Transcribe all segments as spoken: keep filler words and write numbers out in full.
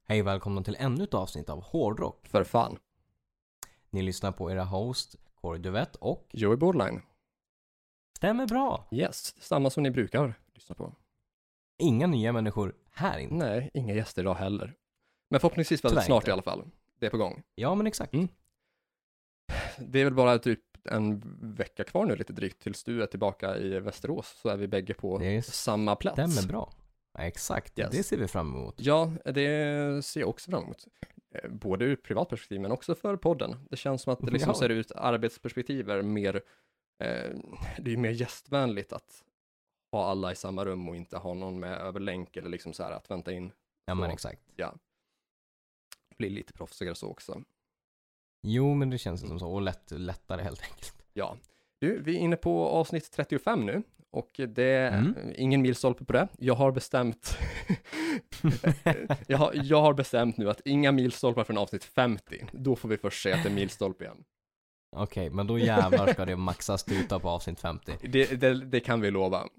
Hej, välkomna till ännu ett avsnitt av Hårdrock. För fan. Ni lyssnar på era host, Corey Duvett och Joey Borderline. Stämmer bra. Yes, samma som ni brukar lyssna på. Inga nya människor här inte. Nej, inga gäster idag heller. Men förhoppningsvis väldigt Tyvärr snart inte. i alla fall. Det är på gång. Ja, men exakt. Mm. Det är väl bara typ en vecka kvar nu, lite drygt, tills du är tillbaka i Västerås. Så är vi bägge på Det är- samma plats. Stämmer bra. Ja, exakt, Yes. det ser vi fram emot. Ja, det ser jag också fram emot. Eh, Både ur privat perspektiv men också för podden. Det känns som att det liksom Ja. ser ut, arbetsperspektiv är mer, eh, det är ju mer gästvänligt att ha alla i samma rum och inte ha någon med över länk eller liksom så här att vänta in. Ja, men Så. exakt. Blir lite proffsigare så också. Jo, men det känns som så. Och lätt, lättare helt enkelt. Ja. Du, vi är inne på avsnitt trettiofem nu. Och det är Mm. ingen milstolpe på det. Jag har bestämt jag, har, jag har bestämt nu att inga milstolpar från avsnitt femtio. Då får vi först säga att det är milstolpe igen. Okej, men då jävlar ska det maxas tuta på avsnitt femtio. Det, det, det kan vi lova.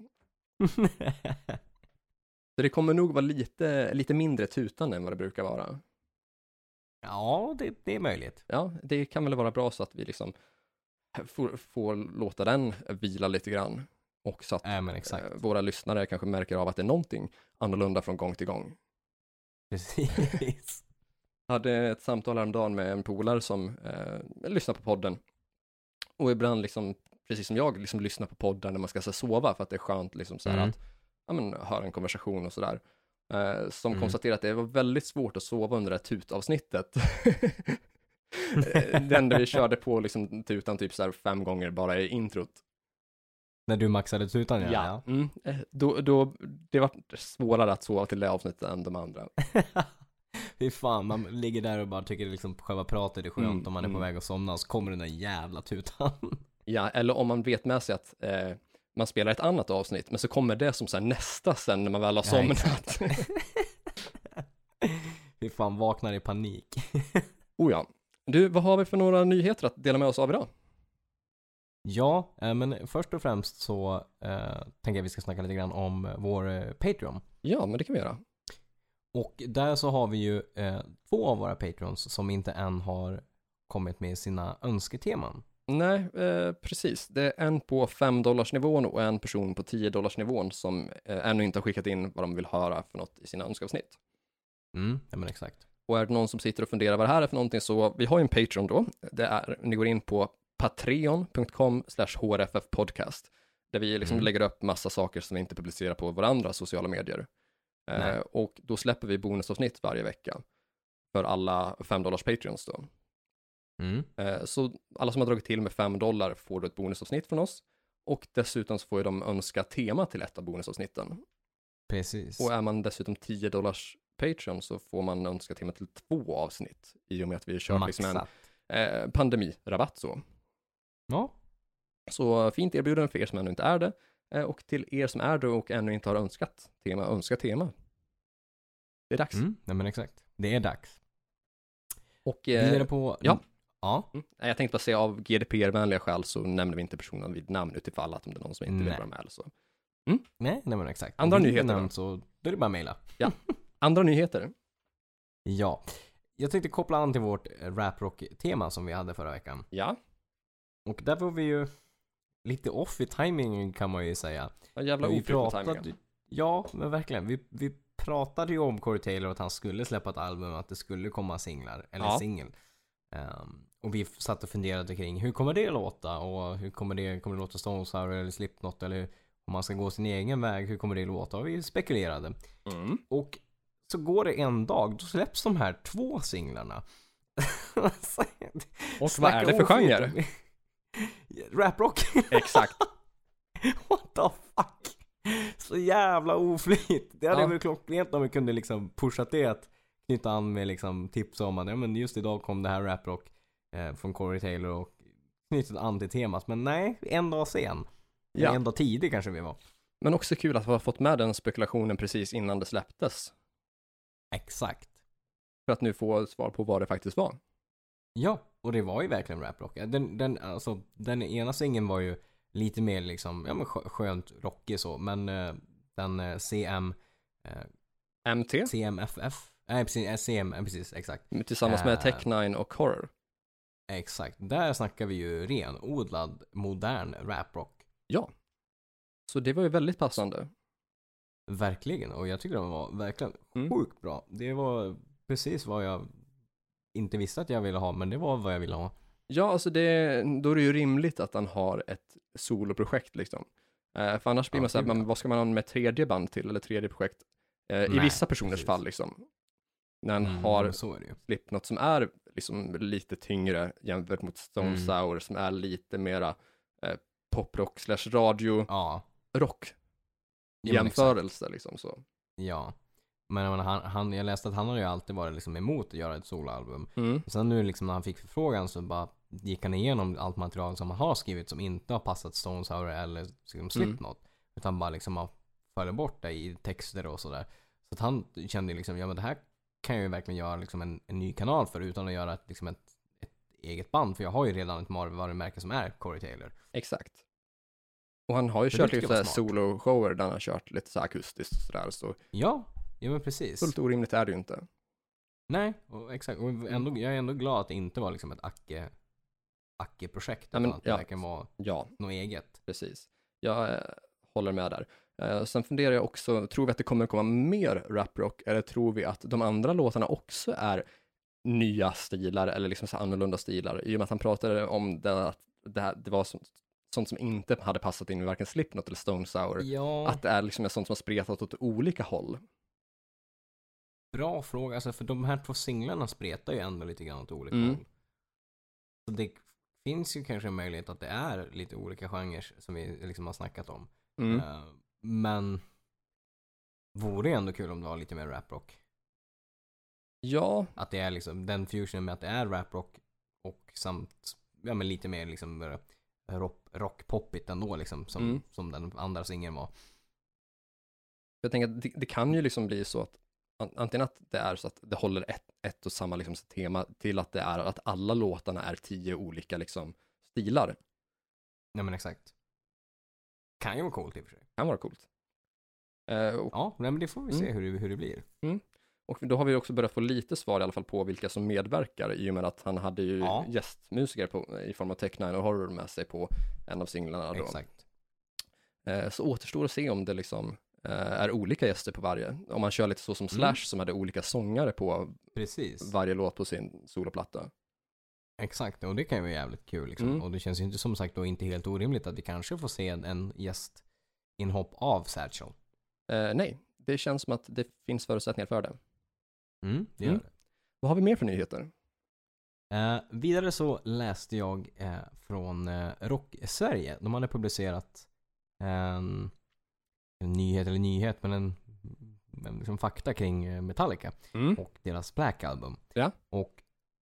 Så det kommer nog vara lite, lite mindre tutande än vad det brukar vara. Ja, det, det är möjligt. Ja, det kan väl vara bra så att vi liksom får, får låta den vila lite grann. Och så att Ja, men exakt. eh, våra lyssnare kanske märker av att det är någonting annorlunda från gång till gång. Precis. Jag hade ett samtal häromdagen med en polare som eh, lyssnar på podden. Och ibland liksom, precis som jag, liksom lyssnar på podden när man ska så, sova för att det är skönt liksom så här Mm. att ja, men, höra en konversation och sådär. Eh, som Mm. konstaterar att det var väldigt svårt att sova under det här tutavsnittet. Eh, Den där vi körde på liksom tutan typ så här fem gånger bara i introt. När du maxade tutan, ja. ja. Mm. Eh, Då, då, det var svårare att sova till det avsnittet än de andra. Fy fan, man ligger där och bara tycker liksom själva pratet är skönt Mm, om man är på mm. väg att somna, så kommer den där jävla tutan. Ja, eller om man vet med sig att eh, man spelar ett annat avsnitt, men så kommer det som så här nästa sen när man väl har Ja, somnat. Fy fan, vaknar i panik. Oh ja. Du, vad har vi för några nyheter att dela med oss av idag? Ja, eh, men först och främst så eh, tänker jag vi ska snacka lite grann om vår eh, Patreon. Ja, men det kan vi göra. Och där så har vi ju eh, två av våra Patreons som inte än har kommit med sina önsketeman. Nej, eh, precis. Det är en på fem dollars nivån och en person på tio dollars nivån som eh, ännu inte har skickat in vad de vill höra för något i sina önskavsnitt. Mm, ja men exakt. Och är det någon som sitter och funderar vad det här är för någonting, så vi har ju en Patreon då. Det är, ni går in på patreon punkt com slash h r f f podcast, där vi liksom Mm. lägger upp massa saker som vi inte publicerar på våra andra sociala medier. Eh, Nej. och då släpper vi bonusavsnitt varje vecka för alla fem dollars Patreons då. Mm. Eh, så alla som har dragit till med fem dollar får då ett bonusavsnitt från oss. Och dessutom så får ju de önska tema till ett av bonusavsnitten. Precis. Och är man dessutom tio dollars Patreon så får man önska tema till två avsnitt. I och med att vi kör liksom en Maxat. eh, pandemirabatt så. Ja. Så fint erbjudande för er som ännu inte är det. Eh, och till er som är det och ännu inte har önskat tema, önska tema. Det är dags. Mm, nej men exakt. Det är dags. Och Vidare eh, på... ja. Ja. mm, jag tänkte bara säga av G D P R-vänliga skäl så nämner vi inte personen vid namn utifall att om det är någon som inte vill Nej. vara med eller så. Nej, nej men exakt. Andra Om det är nyheter namn så då är det bara att mejla. Andra nyheter. Ja. Jag tänkte koppla an till vårt rap-rock-tema som vi hade förra veckan. Ja, Och där var vi ju lite off i timingen kan man ju säga. ja jävla Vi oflyt med pratade, tajmingen. ja, men verkligen. Vi, vi pratade ju om Corey Taylor, att han skulle släppa ett album, att det skulle komma singlar, eller Ja. singel. Um, och vi satt och funderade kring hur kommer det låta, och hur kommer det, kommer det låta Stones Sour eller Slipknot, eller om man ska gå sin egen väg, hur kommer det låta? Och vi spekulerade. Mm. Och så går det en dag, då släpps de här två singlarna. Och vad är det för genre? Raprock. Exakt. What the fuck? Så jävla oflyt. Det hade Ja. varit klockrent om vi kunde liksom pusha det, att knyta an med liksom tips om att ja, men just idag kom det här raprock eh, från Corey Taylor och knutit an till temat. Men nej, en dag sen. Ja. Eller en dag tidig kanske vi var. Men också kul att vi har fått med den spekulationen precis innan det släpptes. Exakt. För att nu få svar på vad det faktiskt var. Ja, och det var ju verkligen raprock. Den, den, alltså, den ena singeln var ju lite mer liksom, ja men skö- skönt rockig så. Men eh, den eh, C M, eh, M T? C M F F, Nej, precis, C M, precis, exakt. Tillsammans med Äh. Tech Nine och Horror. Exakt, där snackar vi ju renodlad, modern raprock. Ja. Så det var ju väldigt passande. Verkligen, och jag tycker de var verkligen Mm. sjukt bra. Det var precis vad jag inte visste att jag ville ha, men det var vad jag ville ha. Ja, alltså det, då är det ju rimligt att han har ett soloprojekt liksom. Eh, för annars blir Ja, man såhär, det är man, vad ska man ha med tredje band till, eller tredje projekt? Eh, I Nej, vissa personers precis. fall liksom. När han Mm, har så är det ju. Slipknot som är liksom lite tyngre jämfört mot Stone Mm. Sour som är lite mera eh, poprock slash radio Ja, rock ja, men exakt. jämförelse liksom så. Ja. Men jag, menar, han, han, jag läste att han har ju alltid varit liksom emot att göra ett soloalbum. Mm. Sen nu liksom när han fick förfrågan så bara gick han igenom allt material som han har skrivit som inte har passat Stone Sour eller liksom Slipknot. Mm. Utan bara liksom har fallit bort det i texter och sådär. Så att han kände liksom, ja men det här kan jag ju verkligen göra liksom en, en ny kanal för utan att göra ett, liksom ett, ett eget band. För jag har ju redan ett varumärke som är Corey Taylor. Exakt. Och han har ju Så kört det tycker lite jag var såhär solo-shower där han har kört lite så akustiskt och sådär. Så Ja, ja men precis. fullt orimligt är det ju inte. Nej, och exakt. Och ändå, jag är ändå glad att det inte var liksom ett Acke Acke-projekt. Ja, men, utan att det ja. verkligen var Ja, något eget. precis. Jag eh, håller med där. Eh, sen funderar jag också, tror vi att det kommer komma mer raprock eller tror vi att de andra låtarna också är nya stilar eller liksom så annorlunda stilar? I och med att han pratade om det, att det, här, det var så, sånt som inte hade passat in i varken Slipknot eller Stone Sour. Ja, Att det är liksom sånt som har spretat åt olika håll. bra fråga. Alltså, för de här två singlarna spretar ju ändå lite grann åt olika Mm. håll. Så det finns ju kanske en möjlighet att det är lite olika genrer som vi liksom har snackat om. Mm. Uh, men vore ändå kul om det var lite mer raprock. Ja, Att det är liksom den fusionen med att det är raprock och samt ja, men lite mer liksom rock, rockpoppigt ändå liksom som, Mm. som den andra singeln var. jag tänker att det, det kan ju liksom bli så att an- antingen att det är så att det håller ett, ett och samma liksom tema till att det är att alla låtarna är tio olika liksom stilar. Ja men exakt. Kan ju vara coolt i och för sig. Kan vara coolt. Eh, och, Ja, nej, men det får vi se Mm. hur, det, hur det blir. och då har vi också börjat få lite svar i alla fall på vilka som medverkar i och med att han hade ju Ja. gästmusiker på, i form av Tech Nine och Horror med sig på en av singlarna då. Exakt. Eh, så återstår att se om det liksom eh, är olika gäster på varje. Om man kör lite så som Slash Mm. som hade olika sångare på Precis. varje låt på sin soloplatta. Exakt, och det kan ju vara jävligt kul liksom. Mm. Och det känns ju inte som sagt då inte helt orimligt att vi kanske får se en, en gästinhopp av Satchel. Eh, nej, det känns som att det finns förutsättningar för det. Mm, det gör Mm. det. Vad har vi mer för nyheter? Eh, vidare så läste jag eh, från eh, Rock-Sverige. De hade publicerat en, en nyhet, eller nyhet, men en, en liksom fakta kring eh, Metallica Mm. och deras Black Album. Ja. Och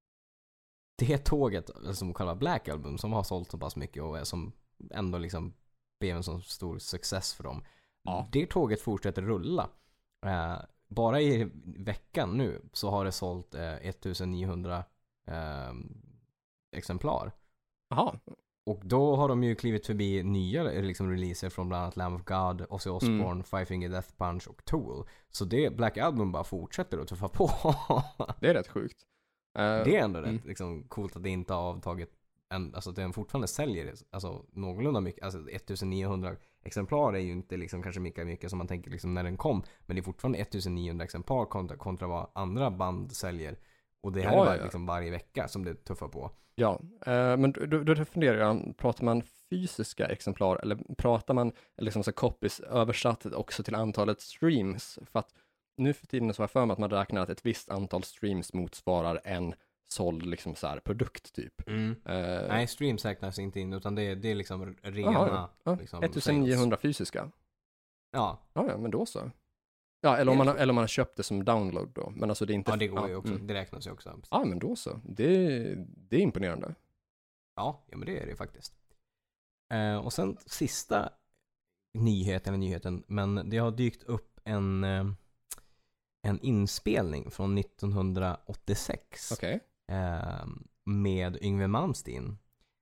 det tåget, som själva Black Album, som har sålt så pass mycket och är som ändå liksom blev en sån stor success för dem. Ja. Det tåget fortsätter rulla. Eh, bara i veckan nu så har det sålt eh, ettusenniohundra eh, exemplar. Jaha, Och då har de ju klivit förbi nya liksom, releaser från bland annat Lamb of God, Ozzy Osbourne, Mm. Five Finger Death Punch och Tool. Så det Black Album bara fortsätter att tuffa på. det är rätt sjukt. Eh, Det är ändå mm. rätt liksom, coolt att det inte har avtagit en, alltså att den fortfarande säljer alltså, någorlunda mycket. Alltså ettusenniohundra exemplar är ju inte liksom, kanske mycket, mycket som man tänker liksom, när den kom. Men det är fortfarande ettusenniohundra exemplar kontra, kontra vad andra band säljer. Och det här Ja, är bara ja. liksom, varje vecka som det tuffar på. Ja, eh, men då, då, då funderar jag, pratar man fysiska exemplar eller pratar man liksom så copies översatt också till antalet streams? För att nu för tiden så har jag för mig att man räknar att ett visst antal streams motsvarar en såld liksom så här produkt typ. Mm. Eh, Nej, streams räknas inte in utan det är, det är liksom rena Jaha, ja. liksom, ettusenniohundra sales. fysiska. Ja. Ja, ja, men då så. Ja, eller om, Det är man, har- så. eller om man har köpt det som download då. Men alltså det är inte... ja, det går ju också. mm. Det räknas ju också. Ja, men då så. Det, det är imponerande. Ja, ja men det är det faktiskt. Eh, och sen sista nyheten, eller nyheten, men det har dykt upp en, eh, en inspelning från nittonhundraåttiosex Okej. eh, med Yngwie Malmsteen.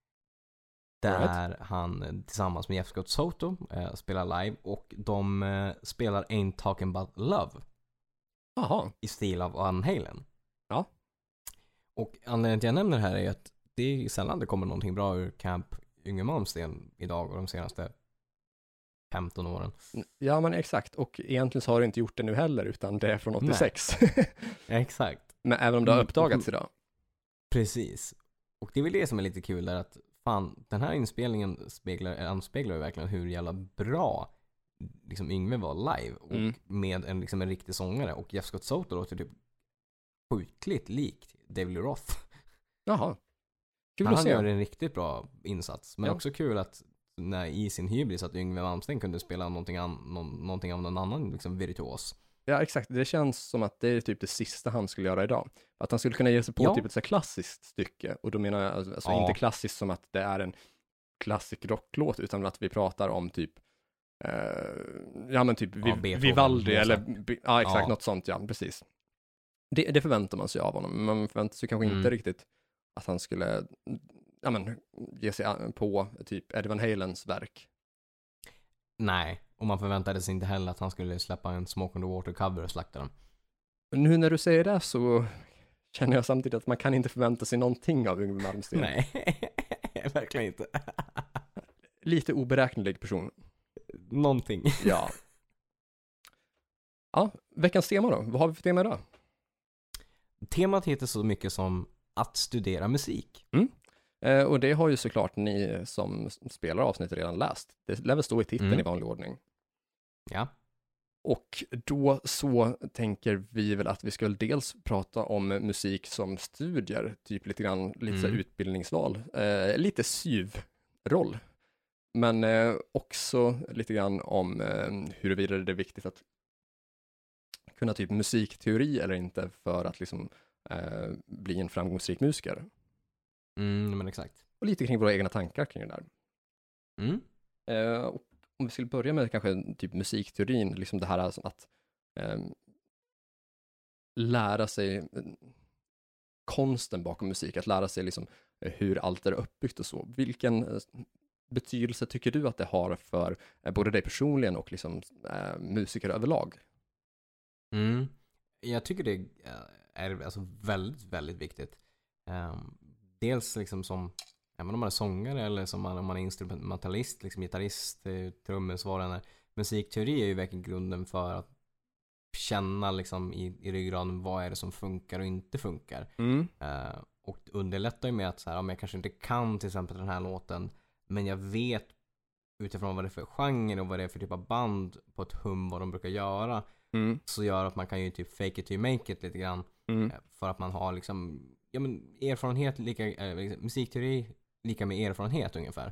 Där han tillsammans med Jeff Scott Soto eh, spelar live och de eh, spelar Ain't Talking About Love. Jaha. i stil av Van Halen. Ja. Och anledningen till att jag nämner det här är att det är sällan det kommer någonting bra ur Camp Yngwie Malmsteen idag och de senaste femton åren. Ja, men exakt. Och egentligen så har det inte gjort det nu heller, utan det är från åttiosex. Exakt. Men även om det har uppdagats idag. Precis. Och det är väl det som är lite kul där, att fan, den här inspelningen speglar, anspeglar ju verkligen hur jävla bra liksom Yngwie var live och Mm. med en, liksom en riktig sångare. Och Jeff Scott Soto låter typ sjukligt likt David Lee Roth. Jaha. Kul Han att se. gör en riktigt bra insats. Men Ja. också kul att när, i sin hybris att Yngwie Malmsteen kunde spela någonting, an, någon, någonting av någon annan liksom virtuos. Ja, exakt. Det känns som att det är typ det sista han skulle göra idag. Att han skulle kunna ge sig på Ja. typ ett så här klassiskt stycke. Och då menar jag alltså Ja. inte klassiskt som att det är en klassisk rocklåt, utan att vi pratar om typ eh, ja men typ Ja, Vi- Beethoven, Vivaldi Mozart. eller bi- ja exakt, Ja. något sånt, ja precis. Det, det förväntar man sig av honom, men man förväntar sig kanske Mm. inte riktigt att han skulle ja men ge sig an- på typ Eddie Van Halens verk. Nej, och man förväntade sig inte heller att han skulle släppa en Smoke on the Water cover och slakta den. Men nu när du säger det så känner jag samtidigt att man kan inte förvänta sig någonting av Yngwie Malmsteen. Nej, verkligen inte. Lite oberäknelig person. Någonting. Ja. Ja, veckans tema då. Vad har vi för tema idag? Temat heter så mycket som att studera musik. Eh, och det har ju såklart ni som spelar avsnittet redan läst. Det lär väl stå i titeln Mm. i vanlig ordning. Ja. Och då så tänker vi väl att vi ska väl dels prata om musik som studier, typ lite grann lite så här Mm. utbildningsval, eh, lite syvroll. Men eh, också lite grann om eh, huruvida det är viktigt att kunna typ musikteori eller inte för att liksom eh, bli en framgångsrik musiker. Mm, men exakt. Och lite kring våra egna tankar kring det där. Mm. Eh, och om vi skulle börja med kanske typ musikteorin, liksom det här alltså att eh, lära sig eh, konsten bakom musik, att lära sig liksom eh, hur allt är uppbyggt och så. Vilken eh, betydelse tycker du att det har för eh, både dig personligen och liksom eh, musiker överlag? Mm. Jag tycker det är alltså väldigt, väldigt viktigt. Um, dels liksom som, även om man är sångare eller som man, om man är instrumentalist, liksom gitarrist, eh, trummis, vad det än är. Musikteori är ju verkligen grunden för att känna liksom i, i ryggraden vad är det som funkar och inte funkar. Mm. Uh, och det underlättar ju med att så här, om jag kanske inte kan till exempel den här låten, men jag vet utifrån vad det är för genre och vad det är för typ av band på ett hum vad de brukar göra, Mm. så gör att man kan ju typ fake it till make it lite grann. Mm. Eh, för att man har liksom, ja men erfarenhet lika, eh, liksom, musikteori lika med erfarenhet ungefär.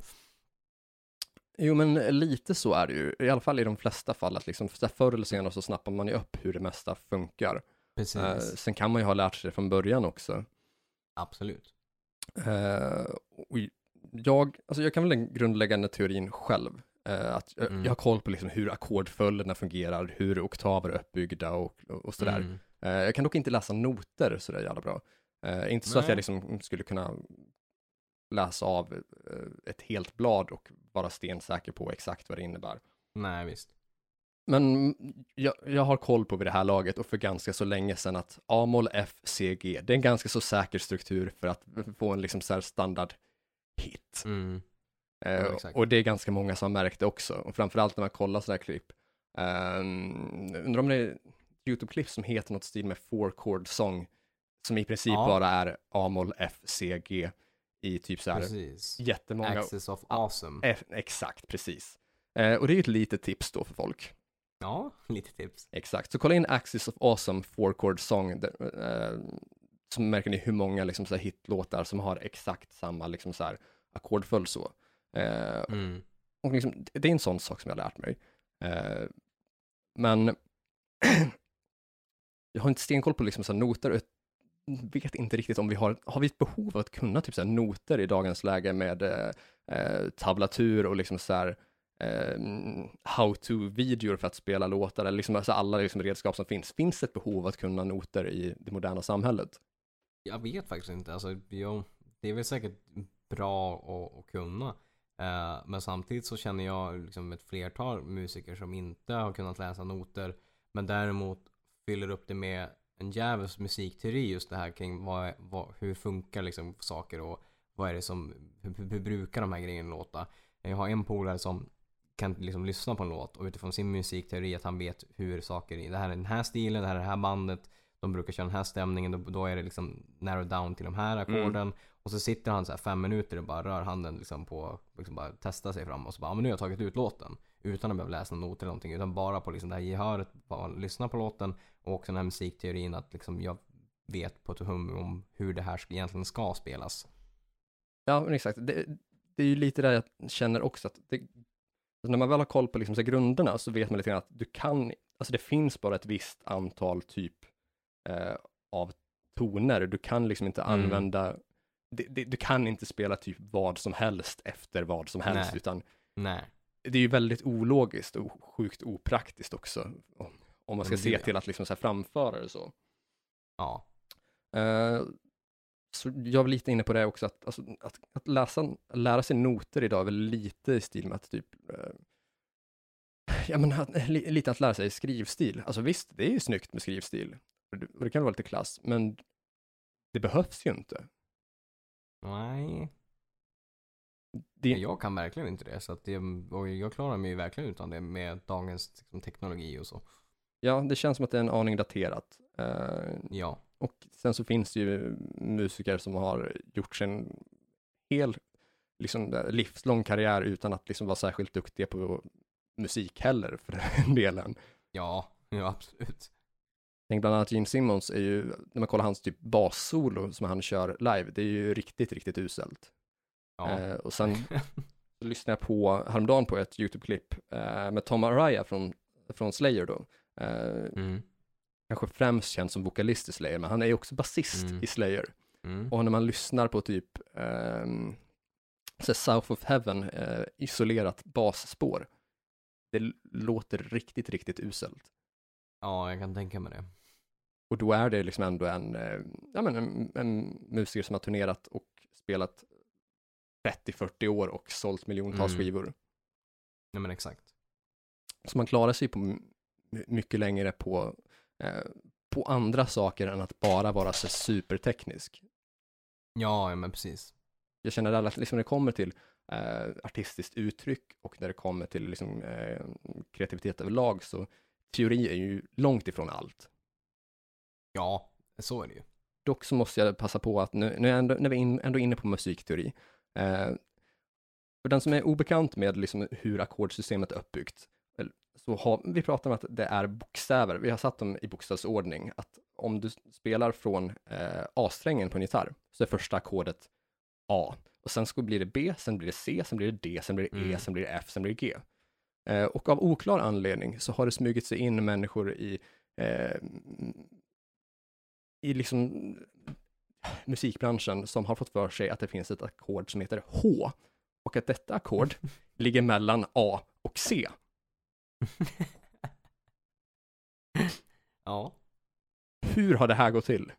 Jo, men lite så är det ju, i alla fall i de flesta fall, att liksom så här förr eller senare så snappar man ju upp hur det mesta funkar. Precis. Eh, sen kan man ju ha lärt sig det från början också. Absolut. Eh, och jag, alltså jag kan väl den grundläggande teorin själv. Eh, att jag, Mm. jag har koll på liksom hur ackordföljderna fungerar, hur oktaver är uppbyggda och, och, och sådär. Mm. Eh, jag kan dock inte läsa noter sådär jävla bra. Eh, inte så att Nej. jag liksom skulle kunna läsa av eh, ett helt blad och vara stensäker på exakt vad det innebär. Nej, visst. Men jag, jag har koll på vid det här laget och för ganska så länge sedan att A-moll, F, C, G, det är en ganska så säker struktur för att få en liksom så här standard hit. Mm. Eh, Ja, exakt. och det är ganska många som har märkt det också. Och framförallt när man kollar sådana här klipp. Um, undrar om det är YouTube-klipp som heter något stil med four chord song som i princip Ja. bara är A-moll, F, C, G i typ så här Precis. jättemånga. Axis of awesome. F, exakt, precis. Eh, och det är ju ett litet tips då för folk. Ja, lite tips. Exakt, så kolla in Axis of Awesome four chord song där, eh, så märker ni hur många liksom, så här, hitlåtar som har exakt samma liksom, så här, ackordföljd så. Eh, Mm. och liksom, det är en sån sak som jag har lärt mig. Eh, men jag har inte stenkoll på liksom, så här, noter och jag vet inte riktigt om vi har, har vi ett behov av att kunna typ, så här, noter i dagens läge med eh, eh, tablatur och liksom så här eh, how-to-videor för att spela låtar eller liksom, alltså alla liksom, redskap som finns. Finns det ett behov av att kunna noter i det moderna samhället? Jag vet faktiskt inte. Alltså, jo, det är väl säkert bra att, att kunna. Eh, men samtidigt så känner jag liksom ett flertal musiker som inte har kunnat läsa noter. Men däremot fyller upp det med en djävulsk musikteori just det här kring vad, vad, hur funkar liksom saker och vad är det som, hur, hur brukar de här grejerna låta. Jag har en polare som kan liksom lyssna på en låt och utifrån sin musikteori att han vet hur saker i det här är den här stilen, det här är det här bandet, de brukar köra den här stämningen, då, då är det liksom narrow down till de här ackorden. Mm. Och så sitter han så här fem minuter och bara rör handen liksom på, liksom bara testa sig fram och så bara, men nu har jag tagit ut låten utan att behöva läsa någon not eller någonting, utan bara på liksom det här gehöret, bara lyssna på låten och också den här musikteorin att liksom jag vet på ett hum om hur det här egentligen ska spelas. Ja, men exakt. Det, det är ju lite där jag känner också att det, alltså när man väl har koll på liksom så grunderna så vet man lite grann att du kan, alltså det finns bara ett visst antal typ eh, av toner. Du kan liksom inte mm. använda, det, det, du kan inte spela typ vad som helst efter vad som helst, Nej. utan Nej. Det är ju väldigt ologiskt och sjukt opraktiskt också om man ska se till att liksom så här framföra det så. Ja. Uh, så jag var lite inne på det också, att, alltså, att, att läsa, lära sig noter idag är väl lite i stil med att typ uh, ja men att, li, lite att lära sig skrivstil. Alltså visst, det är ju snyggt med skrivstil och det, och det kan vara lite klass, men det behövs ju inte. Nej. Det... Jag kan verkligen inte det, så att det, och jag klarar mig ju verkligen utan det med dagens liksom, teknologi och så. Ja, det känns som att det är en aning daterat. Uh, ja. Och sen så finns det ju musiker som har gjort sin hel liksom, livslång karriär utan att liksom vara särskilt duktiga på musik heller för den delen. Ja, ja absolut. Tänk bland annat Gene Simmons är ju, när man kollar hans typ bassolo som han kör live, det är ju riktigt, riktigt uselt. Ja. Eh, och sen så lyssnade jag på häromdagen på ett YouTube-klipp eh, med Tom Araya från, från Slayer då. Eh, mm. Kanske främst känd som vokalist i Slayer, men han är ju också basist mm. i Slayer. Mm. Och när man lyssnar på typ eh, så South of Heaven, eh, isolerat basspår, det låter riktigt, riktigt uselt. Ja, jag kan tänka mig det. Och då är det liksom ändå en, eh, ja, men en, en musiker som har turnerat och spelat trettio till fyrtio år och sålt miljontals mm. skivor. Ja, men exakt. Så man klarar sig på m- mycket längre på, eh, på andra saker än att bara vara så superteknisk. Ja, ja, men precis. Jag känner att liksom när det kommer till eh, artistiskt uttryck och när det kommer till liksom, eh, kreativitet överlag, så teori är ju långt ifrån allt. Ja, så är det ju. Dock så måste jag passa på att nu, nu är ändå, när vi är in, ändå inne på musikteori, eh, för den som är obekant med liksom hur ackordsystemet är uppbyggt, så har vi pratat om att det är bokstäver. Vi har satt dem i bokstavsordning. Att om du spelar från eh, A-strängen på en gitarr så är första ackordet A. Och sen så blir det B, sen blir det C, sen blir det D, sen blir det E, mm. sen blir det F, sen blir det G. Eh, och av oklar anledning så har det smugit sig in människor i eh, i liksom musikbranschen som har fått för sig att det finns ett ackord som heter H. Och att detta ackord ligger mellan A och C. Ja. Hur har det här gått till?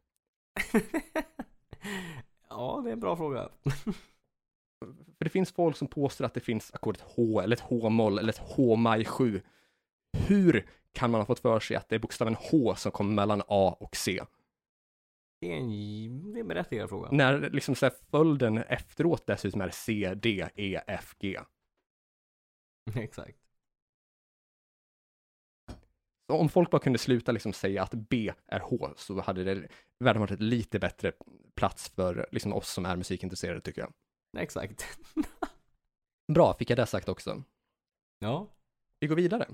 Ja, det är en bra fråga. För det finns folk som påstår att det finns ackordet H eller ett H-moll eller ett H-maj sju. Hur kan man ha fått för sig att det är bokstaven H som kommer mellan A och C? Det är en, det är en berättigad fråga. När liksom så här följden efteråt dessutom är C, D, E, F, G. Exakt. Så om folk bara kunde sluta liksom säga att B är H, så hade det världen varit ett lite bättre plats för liksom oss som är musikintresserade, tycker jag. Exakt. Bra, fick jag det sagt också. Ja. Vi går vidare.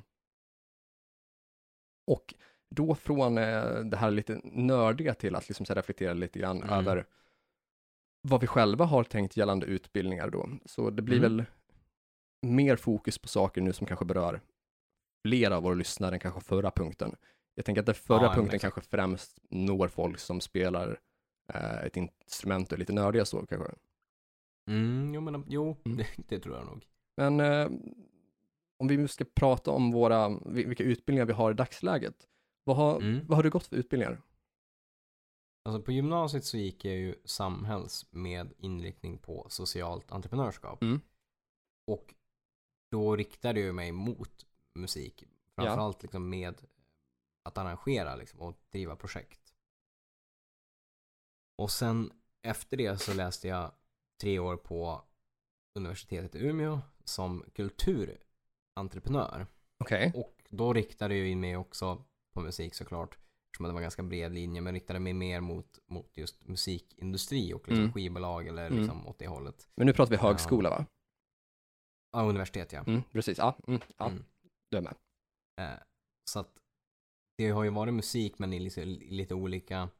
Och då från eh, det här lite nördiga till att liksom så reflektera lite grann mm. över vad vi själva har tänkt gällande utbildningar då. Så det blir mm. väl mer fokus på saker nu som kanske berör flera av våra lyssnare än kanske förra punkten. Jag tänker att den förra ja, punkten kanske främst når folk som spelar eh, ett instrument och lite nördiga så kanske. Mm, jo, men, jo mm. det, det tror jag nog. Men eh, om vi ska prata om våra, vilka utbildningar vi har i dagsläget. Vad har, mm. vad har du gått för utbildningar? Alltså på gymnasiet så gick jag ju samhälls med inriktning på socialt entreprenörskap. Mm. Och då riktade jag mig mot musik. Framförallt ja. liksom med att arrangera liksom, och driva projekt. Och sen efter det så läste jag tre år på universitetet i Umeå som kulturentreprenör. Okej. Och då riktade jag in mig också på musik såklart. Eftersom det var en ganska bred linje. Men riktade mig mer mot, mot just musikindustri och liksom Mm. skivbolag eller Mm. liksom åt det hållet. Men nu pratar vi högskola, va? Ja, universitet ja. Mm, precis, ja. Mm, ja. Mm. Du är med. Eh, så att det har ju varit musik men i lite, i lite olika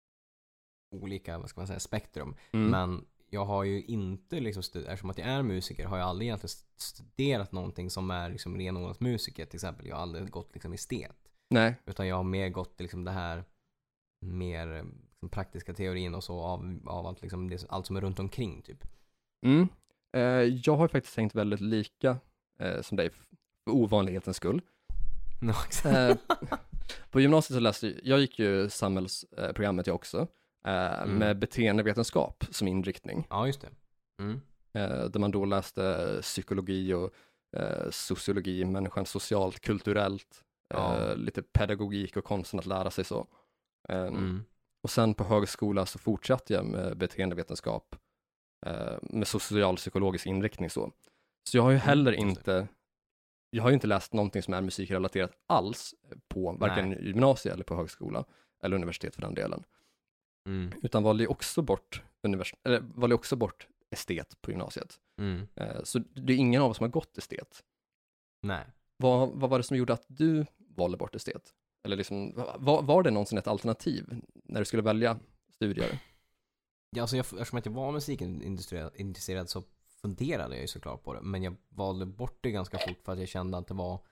olika, vad ska man säga, spektrum. Mm. Men jag har ju inte liksom, stud- eftersom att jag är musiker har jag aldrig egentligen studerat någonting som är liksom renodlat musiker till exempel. Jag har aldrig gått liksom estet. Nej. Utan jag har mer gått liksom det här mer eh, liksom, praktiska teorin och så av, av att liksom, det, allt som är runt omkring typ. Mm. Eh, jag har faktiskt tänkt väldigt lika eh, som dig, för ovanlighetens skull. No, Eh, på gymnasiet så läste jag, jag gick ju samhällsprogrammet jag också, eh, Mm. med beteendevetenskap som inriktning. Ja, just det. Mm. Eh, där man då läste psykologi och eh, sociologi, människan socialt, kulturellt, Ja. eh, lite pedagogik och konsten att lära sig så. Eh, Mm. Och sen på högskola så fortsatte jag med beteendevetenskap eh, med socialpsykologisk inriktning så. Så jag har ju heller Mm, just inte, jag har ju inte läst någonting som är musikrelaterat alls på varken Nej. gymnasie eller på högskola eller universitet för den delen. Mm. Utan valde ju också bort, univers- eller valde också bort estet på gymnasiet. Mm. Eh, så det är ingen av oss som har gått estet. Nej. Vad, vad var det som gjorde att du valde bort estet? Eller liksom, var, var det någonsin ett alternativ när du skulle välja studier? Ja, alltså jag, eftersom att jag var musikintresserad så funderade jag ju såklart på det. Men jag valde bort det ganska fort för att jag kände att det var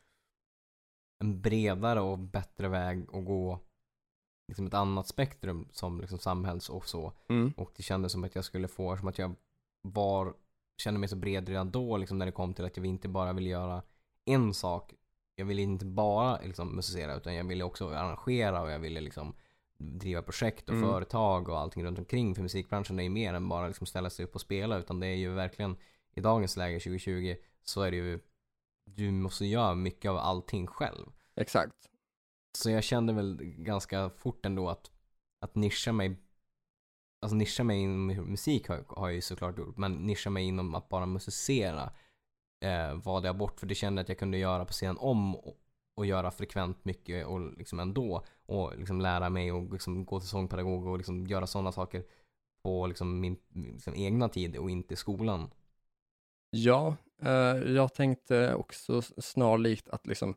en bredare och bättre väg att gå, liksom ett annat spektrum som liksom samhälls och så. Mm. Och det kändes som att jag skulle få, som att jag var, kände mig så bred redan då liksom när det kom till att jag inte bara ville göra en sak. Jag ville inte bara liksom musicera utan jag ville också arrangera och jag ville liksom driva projekt och Mm. företag och allting runt omkring. För musikbranschen är ju mer än bara liksom ställa sig upp och spela, utan det är ju verkligen i dagens läge tjugo tjugo så är det ju, du måste göra mycket av allting själv. Exakt. Så jag kände väl ganska fort ändå att, att nischa mig, alltså nischa mig inom musik har, har jag ju såklart gjort, men nischa mig inom att bara musicera eh, valde jag bort, för det kände att jag kunde göra på sidan om och, och göra frekvent mycket och liksom ändå och liksom lära mig och liksom gå till sångpedagog och liksom göra sådana saker på liksom min liksom egna tid och inte i skolan. Ja, eh, jag tänkte också snarlikt att liksom,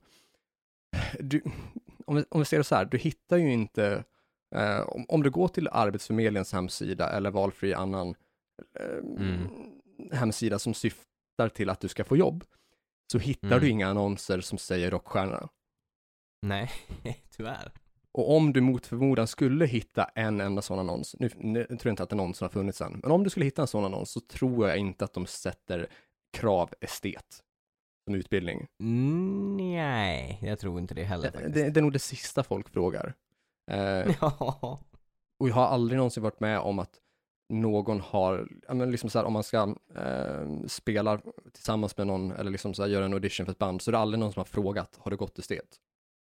du, om, vi, om vi ser det så här, du hittar ju inte, eh, om, om du går till Arbetsförmedlingens hemsida eller valfri annan eh, Mm. hemsida som syftar till att du ska få jobb, så hittar Mm. du inga annonser som säger rockstjärna. Nej, tyvärr. Och om du mot förmodan skulle hitta en enda sån annons, nu, nu tror jag inte att det någonsin har funnits än, men om du skulle hitta en sån annons så tror jag inte att de sätter krav estet som utbildning. Mm, nej, jag tror inte det heller Det, faktiskt. det, det är nog det sista folk frågar. Eh, Ja. och jag har aldrig någonsin varit med om att någon har, ja, men liksom så här, om man ska eh, spela tillsammans med någon eller liksom så här, göra en audition för ett band, så är det aldrig någon som har frågat, har du gått estet?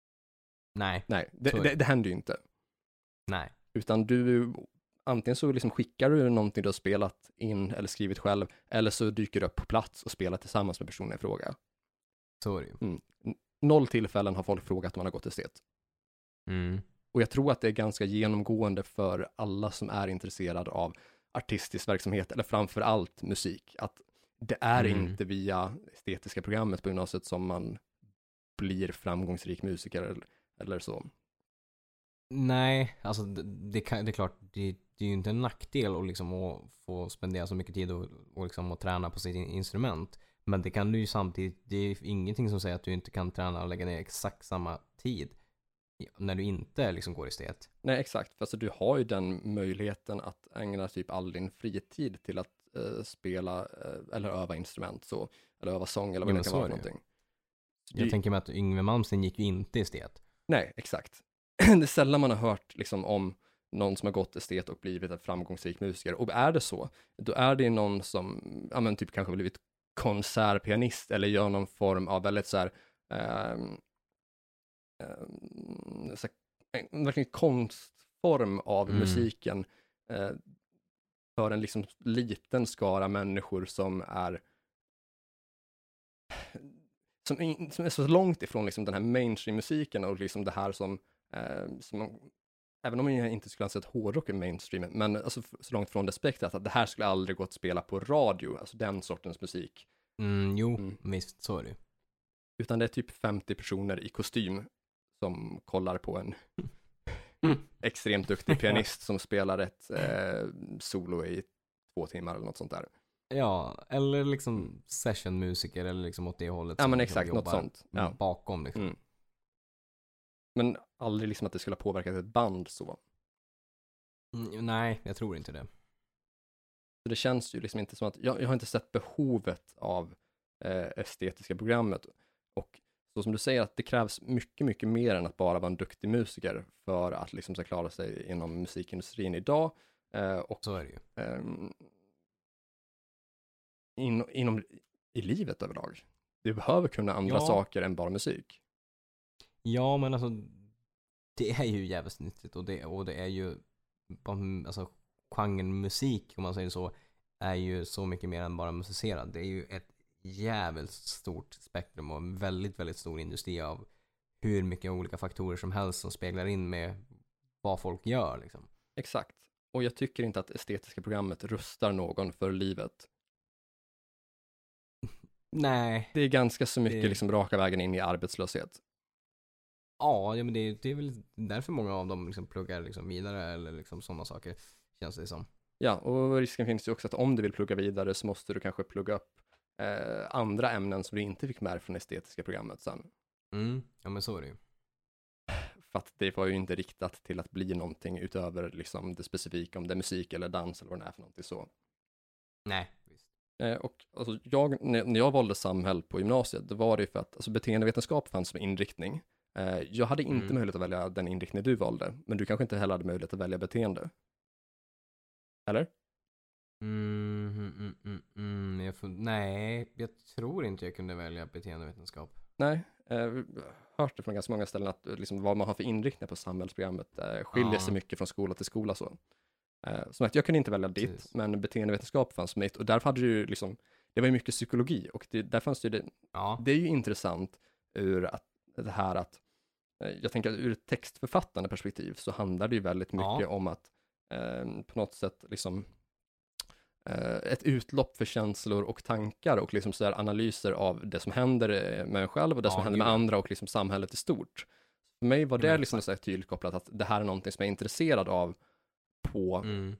Nej, Nej, det, Så är det, det. det händer ju inte. nej. Utan du, antingen så liksom skickar du någonting du har spelat in eller skrivit själv, eller så dyker du upp på plats och spelar tillsammans med personen i fråga. Så är det ju. Mm. Noll tillfällen har folk frågat om man har gått estet. Mm. Och jag tror att det är ganska genomgående för alla som är intresserade av artistisk verksamhet, eller framför allt musik, att det är Mm. inte via estetiska programmet på gymnasiet som man blir framgångsrik musiker eller, eller så. Nej, alltså det, det, kan, det är klart, det, det är ju inte en nackdel att, liksom, att få spendera så mycket tid och, och, liksom, att träna på sitt in- instrument. Men det kan du ju samtidigt, det är ingenting som säger att du inte kan träna och lägga ner exakt samma tid när du inte liksom går estet. Nej, exakt. För alltså, du har ju den möjligheten att ägna typ all din fritid till att eh, spela eh, eller öva instrument, så, eller öva sång eller vad Ja, det men kan så vara är för det ju. någonting. Så Jag det- tänker mig att Yngwie Malmsteen gick ju inte estet. Nej, exakt. Det är sällan man har hört liksom, om någon som har gått estet och blivit en framgångsrik musiker. Och är det så, då är det någon som, ja men typ kanske blivit konsertpianist eller gör någon form av väldigt så här, ehm, ehm, så här, en verkligen konstform av Mm. musiken eh, för en liksom liten skara människor som är som, in, som är så långt ifrån liksom den här mainstream-musiken och liksom det här som, eh, som man, även om jag inte skulle anse att hårdrock är mainstream, men alltså så långt från det spektrat att det här skulle aldrig gå att spela på radio, alltså den sortens musik. Mm, jo, Mm. visst, så är det ju. Utan det är typ femtio personer i kostym som kollar på en Mm. extremt duktig pianist som spelar ett eh, solo i två timmar eller något sånt där. Ja, eller liksom sessionmusiker eller liksom åt det hållet. Ja, som men liksom exakt, något jobbar sånt. Ja. bakom liksom. Mm. Men aldrig liksom att det skulle ha påverkat ett band så. Mm, nej, jag tror inte det. Så det känns ju liksom inte som att, jag, jag har inte sett behovet av eh, estetiska programmet. Och så som du säger att det krävs mycket, mycket mer än att bara vara en duktig musiker för att liksom så klara sig inom musikindustrin idag. Eh, och Så är det ju. ehm, in, inom i livet överlag. Du behöver kunna andra Ja. saker än bara musik. Ja, men alltså det är ju jävligt nyttigt och det, och det är ju alltså genren musik, om man säger så, är ju så mycket mer än bara musicerad. Det är ju ett jävligt stort spektrum och en väldigt, väldigt stor industri av hur mycket olika faktorer som helst som speglar in med vad folk gör liksom. Exakt. Och jag tycker inte att estetiska programmet rustar någon för livet. Nej. Det är ganska så mycket Det- liksom raka vägen in i arbetslöshet. Ja, ja men det, är- det är väl därför många av dem liksom pluggar liksom vidare eller liksom sådana saker, känns det som. Ja, och risken finns ju också att om du vill plugga vidare så måste du kanske plugga upp eh, andra ämnen som du inte fick med från estetiska programmet sen. Mm, ja men så är det ju. För att det var ju inte riktat till att bli någonting utöver liksom det specifika, om det är musik eller dans eller vad det är för någonting så. Nej, visst. Eh, och alltså jag, när när jag valde samhäll på gymnasiet, då var det ju för att alltså, beteendevetenskap fanns som inriktning. Eh, jag hade inte Mm. möjlighet att välja den inriktning du valde, men du kanske inte heller hade möjlighet att välja beteende. Eller? Mm, mm, mm, mm, mm. Jag får, nej, jag tror inte jag kunde välja beteendevetenskap. Nej, eh, jag har hört det från ganska många ställen att eh, liksom, vad man har för inriktning på samhällsprogrammet eh, skiljer Ja. sig mycket från skola till skola. Så. Eh, som att jag kunde inte välja ditt, Precis. men beteendevetenskap fanns mitt och därför hade du ju liksom, det var ju mycket psykologi och det, där fanns det ju det, Ja, det är ju intressant ur att, det här att, eh, jag tänker att ur ett textförfattande perspektiv så handlar det ju väldigt mycket Ja. om att eh, på något sätt liksom eh, ett utlopp för känslor och tankar och liksom så här analyser av det som händer eh, med en själv och det Ja, som händer med gud, ja. andra och liksom samhället i stort. För mig var Ja, det men liksom så här tydligt kopplat att det här är någonting som jag är intresserad av på, mm,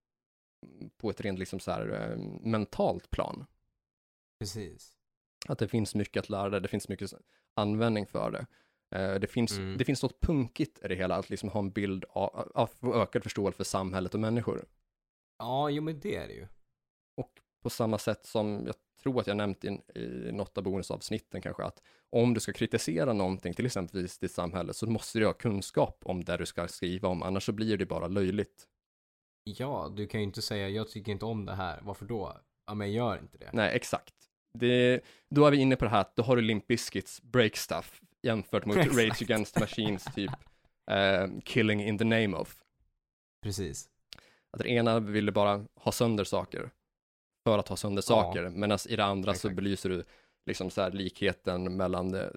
på ett rent liksom så här eh, mentalt plan. precis. Att det finns mycket att lära, det finns mycket användning för det. Eh, det, finns, Mm. det finns något punkigt i det hela, att liksom ha en bild av, av ökad förståelse för samhället och människor. Ja, jo men det är det ju. Och på samma sätt som jag tror att jag nämnt i, i något av bonusavsnitten kanske, att om du ska kritisera någonting, till exempel ditt samhälle, så måste du ha kunskap om det du ska skriva om, annars så blir det bara löjligt. Ja, du kan ju inte säga jag tycker inte om det här. Varför då? Ja, men jag gör inte det. Nej, exakt. Det, då är vi inne på det här att då har du Limp Bizkits Break Stuff jämfört mot Exakt. Rage Against the Machines typ eh, Killing in the Name of. Precis. Att det ena ville bara ha sönder saker för att ha sönder Ja. saker, medan i det andra så Exakt. belyser du liksom så här likheten mellan eh,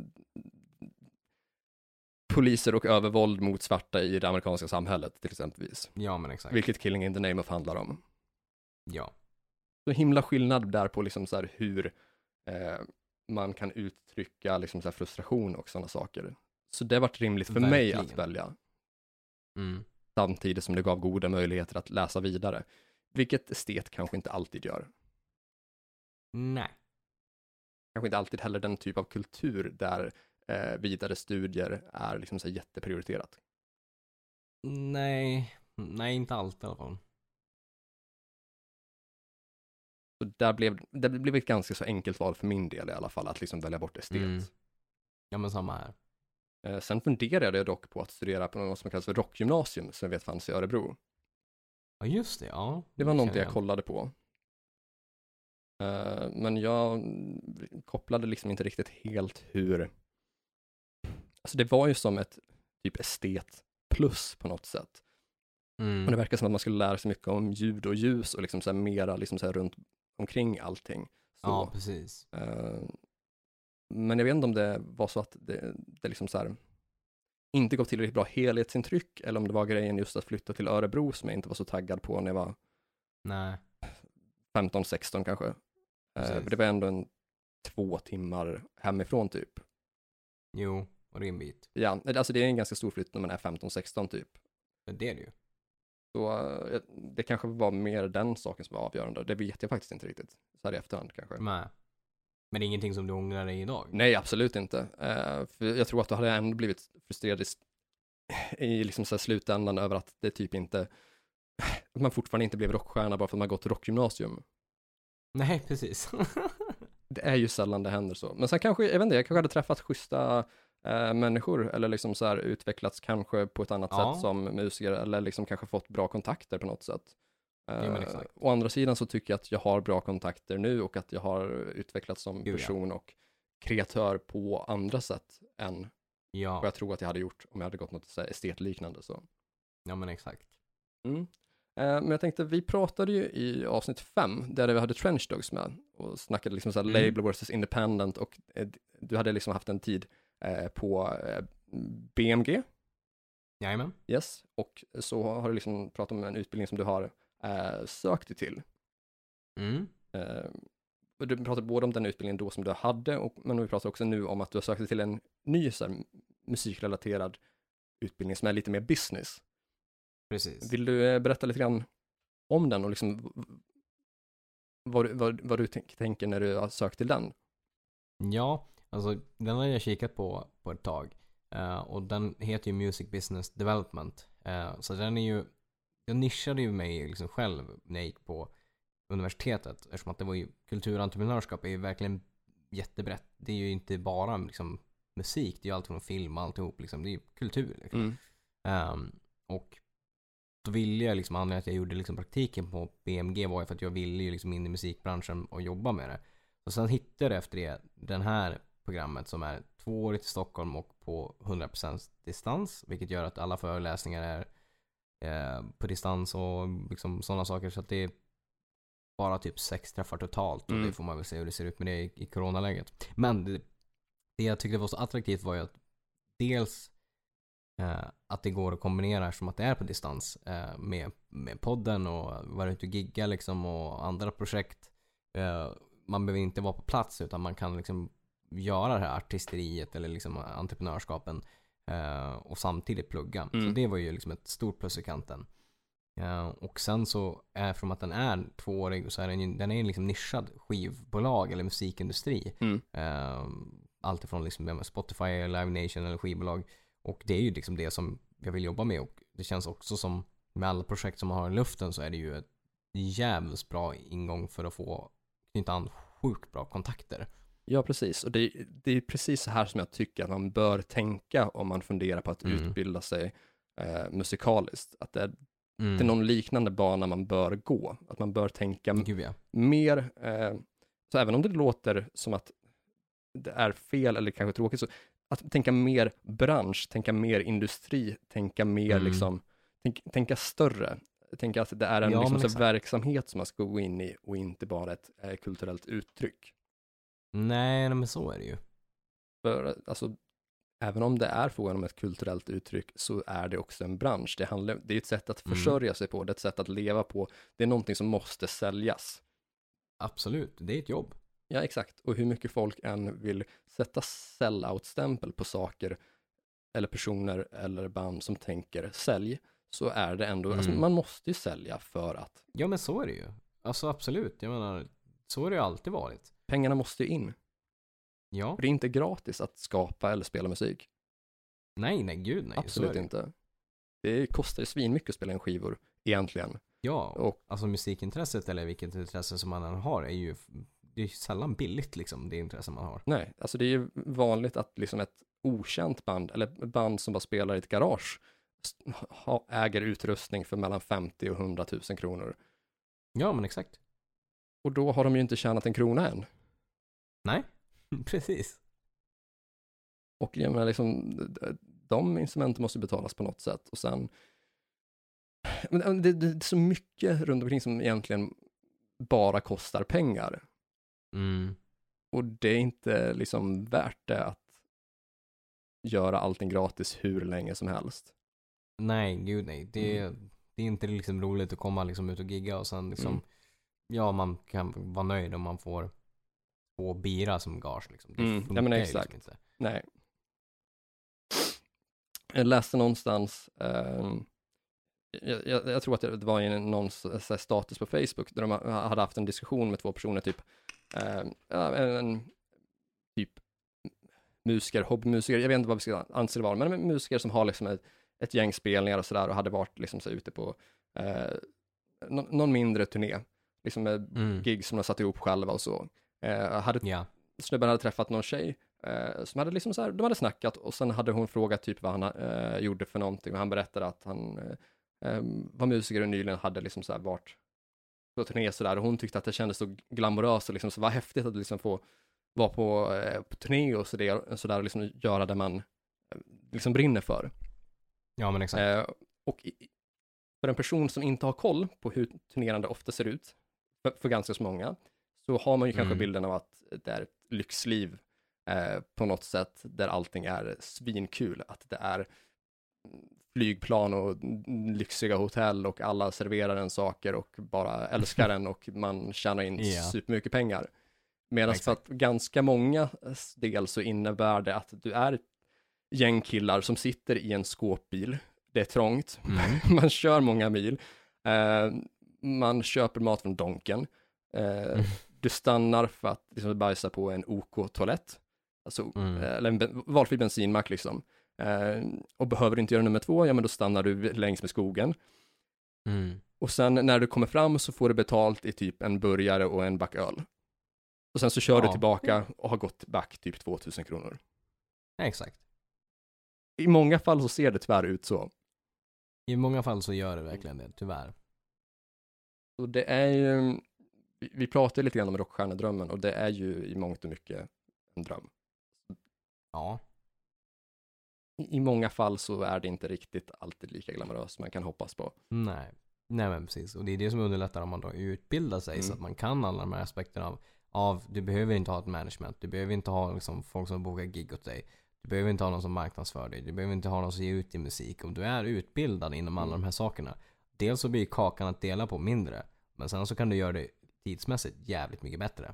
poliser och övervåld mot svarta i det amerikanska samhället till exempelvis. Ja, men exakt. Vilket Killing in the Name of handlar om. Ja. Så himla skillnad där på liksom så här hur eh, man kan uttrycka liksom så här frustration och sådana saker. Så det var rimligt för mig Verkligen. att välja. Mm. Samtidigt som det gav goda möjligheter att läsa vidare. Vilket estet kanske inte alltid gör. Nej. Kanske inte alltid heller den typ av kultur där eh, vidare studier är liksom så här jätteprioriterat. Nej. Nej, inte allt i alla fall. Så där blev, det blev ett ganska så enkelt val för min del i alla fall, att liksom välja bort estet. Mm. Ja, men samma här. Eh, sen funderade jag dock på att studera på något som kallas för rockgymnasium, som jag vet fanns i Örebro. Ja, just det. Ja. Det var någonting känner jag kollade på. Eh, men jag kopplade liksom inte riktigt helt hur... Alltså det var ju som ett typ estet plus på något sätt. Mm. Och det verkar som att man skulle lära sig mycket om ljud och ljus och liksom så här mera liksom så här runt omkring allting. Så, Ja, precis. eh, men jag vet inte om det var så att det, det liksom så här inte gav tillräckligt bra helhetsintryck eller om det var grejen just att flytta till Örebro som jag inte var så taggad på när jag var Nej. femton sexton kanske. Eh, för det var ändå en två timmar hemifrån typ. Jo, och det är en bit. Ja, alltså det är en ganska stor flytt när man är femton sexton typ. Det är det ju. Så eh, det kanske var mer den saken som var avgörande. Det vet jag faktiskt inte riktigt. Så här i efterhand kanske. Nej. Men det är ingenting som du ångrar dig idag? Nej, absolut inte. Uh, för jag tror att du hade ändå blivit frustrerad i, i liksom så här slutändan över att det typ inte, att man fortfarande inte blev rockstjärna bara för att man gått rockgymnasium. Nej, precis. Det är ju sällan det händer så. Men sen kanske, jag vet inte, jag kanske hade träffat schyssta uh, människor eller liksom så här utvecklats kanske på ett annat Ja. sätt som musiker eller liksom kanske fått bra kontakter på något sätt. Uh, Jo, men exakt. Å andra sidan så tycker jag att jag har bra kontakter nu och att jag har utvecklats som Gud, person och kreatör på andra sätt än Ja. vad jag tror att jag hade gjort om jag hade gått något så här estetliknande. Så. Ja, men exakt. Mm. Eh, men jag tänkte, vi pratade ju i avsnitt fem där vi hade Trench Dogs med och snackade liksom så här Mm. label versus independent och eh, du hade liksom haft en tid eh, på eh, B M G. Jajamän. Yes, och så har du liksom pratat om en utbildning som du har eh, sökt dig till. Mm. Eh, och du pratade både om den utbildningen då som du hade, och, men vi pratar också nu om att du har sökt dig till en ny så här, musikrelaterad utbildning som är lite mer business. Precis. Vill du eh, berätta lite grann om den och liksom v- v- vad, du- vad, vad du tänk, tänker när du har sökt till den? Ja, alltså den har jag kikat på på ett tag. Eh, och den heter ju Music Business Development. Eh, så den är ju, jag nischade ju mig liksom själv när jag gick på universitetet. Eftersom att det var ju, kulturentreprenörskap är ju verkligen jättebrett. Det är ju inte bara liksom musik, det är ju allt från film och alltihop liksom. Det är ju kultur liksom. Mm. Ehm, och då ville jag liksom, anledningen att jag gjorde liksom praktiken på B M G var ju för att jag ville ju liksom in i musikbranschen och jobba med det. Och sen hittade jag efter det den här programmet som är tvåårigt i Stockholm och på hundra procent distans, vilket gör att alla föreläsningar är eh, på distans och liksom sådana saker, så att det är bara typ sex träffar totalt och Mm. det får man väl se hur det ser ut med det i, i coronaläget. Men det, det jag tyckte var så attraktivt var ju att dels eh, att det går att kombinera som att det är på distans eh, med, med podden och vara ute och gigga liksom och andra projekt. Eh, man behöver inte vara på plats utan man kan liksom göra det här artisteriet eller liksom entreprenörskapen eh, och samtidigt plugga. Mm. Så det var ju liksom ett stort plus i kanten. Uh, och sen så är från att den är tvåårig och så är den ju, den är en liksom nischad skivbolag eller musikindustri. Mm. Uh, allt ifrån liksom Spotify, Live Nation eller skivbolag. Och det är ju liksom det som jag vill jobba med, och det känns också som med alla projekt som man har i luften så är det ju ett jävligt bra ingång för att få knyta an sjukt bra kontakter. Ja, precis. Och det, det är precis så här som jag tycker att man bör tänka om man funderar på att Mm. utbilda sig eh, musikaliskt. Att det är, Mm. det är någon liknande bana man bör gå. Att man bör tänka Gud, ja. mer, eh, så även om det låter som att det är fel eller kanske tråkigt, så att tänka mer bransch, tänka mer industri, tänka mer Mm. liksom, tänk, tänka större. Tänka att det är en Ja, liksom, men så exakt. verksamhet som man ska gå in i och inte bara ett eh, kulturellt uttryck. Nej, men så är det ju. För alltså, även om det är frågan om ett kulturellt uttryck så är det också en bransch. Det, handlar, det är ett sätt att Mm. försörja sig på, det är ett sätt att leva på. Det är någonting som måste säljas. Absolut, det är ett jobb. Ja, exakt. Och hur mycket folk än vill sätta sell-out-stämpel på saker eller personer eller band som tänker sälj, så är det ändå, Mm. alltså, man måste ju sälja för att Ja, men så är det ju. Alltså absolut, jag menar, så har det ju alltid varit. pengarna måste ju in. Ja, För det är inte gratis att skapa eller spela musik. nej, nej, gud nej. så är Absolut det ju. inte. Det kostar ju svinmycket att spela in skivor, egentligen. Ja, Och alltså musikintresset eller vilket intresse som man än har är ju, det är ju sällan billigt liksom, det intresse man har. nej, alltså det är ju vanligt att liksom ett okänt band, eller ett band som bara spelar i ett garage, s- ha, äger utrustning för mellan femtio och hundra tusen kronor. Ja, men exakt. Och då har de ju inte tjänat en krona än. Nej, precis. Och jag menar liksom, de instrumenten måste betalas på något sätt. Och sen, men det, det är så mycket runt omkring som egentligen bara kostar pengar. Mm. Och det är inte liksom värt det att göra allting gratis hur länge som helst. Nej, gud nej. Det, Mm. det är inte liksom roligt att komma liksom ut och gigga och sen liksom, Mm. ja, man kan vara nöjd om man får två bira som gage liksom. Det Mm, ja, funkar men ju exakt. liksom inte. Nej. Jag läste någonstans, um, jag, jag, jag tror att det var i någon så här status på Facebook där de hade haft en diskussion med två personer, typ, um, ja, en, en typ musiker, hobbymusiker, jag vet inte vad vi ska anse det vara, men musiker som har liksom ett, ett gäng spelningar och sådär och hade varit liksom så ute på uh, någon, någon mindre turné, liksom med Mm. gig som de satt ihop själva och så. Uh, hade Ja. snubben hade träffat någon tjej eh, som hade liksom så här, de hade snackat och sen hade hon frågat typ vad han eh, gjorde för någonting och han berättade att han eh, eh, var musiker och nyligen hade liksom så här varit på turné så där och hon tyckte att det kändes så glamoröst och liksom så var häftigt att liksom få vara på, eh, på turné och så där, så där och liksom göra det man eh, liksom brinner för. Ja, men exakt. Eh, och i, för en person som inte har koll på hur turnerande ofta ser ut, för, för ganska så många, så har man ju kanske Mm. bilden av att det är ett lyxliv eh, på något sätt där allting är svinkul, att det är flygplan och lyxiga hotell och alla serverar en saker och bara älskar en och man tjänar in Ja. supermycket pengar. Medan för Exakt. att ganska många del så innebär det att du är ett gäng killar som sitter i en skåpbil, det är trångt, Mm. man kör många mil, eh, man köper mat från Donken, eh, Mm. du stannar för att liksom bajsa på en OK-toalett, alltså, Mm. eh, eller en ben- valfri bensinmack liksom. Eh, och behöver du inte göra nummer två, ja men då stannar du längs med skogen. Mm. Och sen när du kommer fram så får du betalt i typ en burgare och en back öl. Och sen så kör du Ja. tillbaka och har gått back typ tvåtusen kronor. Exakt. I många fall så ser det tyvärr ut så. I många fall så gör det verkligen det, tyvärr. Och det är ju, vi, vi pratar lite grann om rockstjärnedrömmen och det är ju i mångt och mycket en dröm. Ja. I, I många fall så är det inte riktigt alltid lika glamoröst som man kan hoppas på. Nej. Nej, men precis. Och det är det som underlättar om man då utbildar sig Mm. så att man kan alla de här aspekterna av, av du behöver inte ha ett management, du behöver inte ha liksom folk som bokar gig åt dig, du behöver inte ha någon som marknadsför dig, du behöver inte ha någon som ger ut din musik. Om du är utbildad inom alla Mm. de här sakerna, dels så blir kakan att dela på mindre, men sen så kan du göra det tidsmässigt jävligt mycket bättre.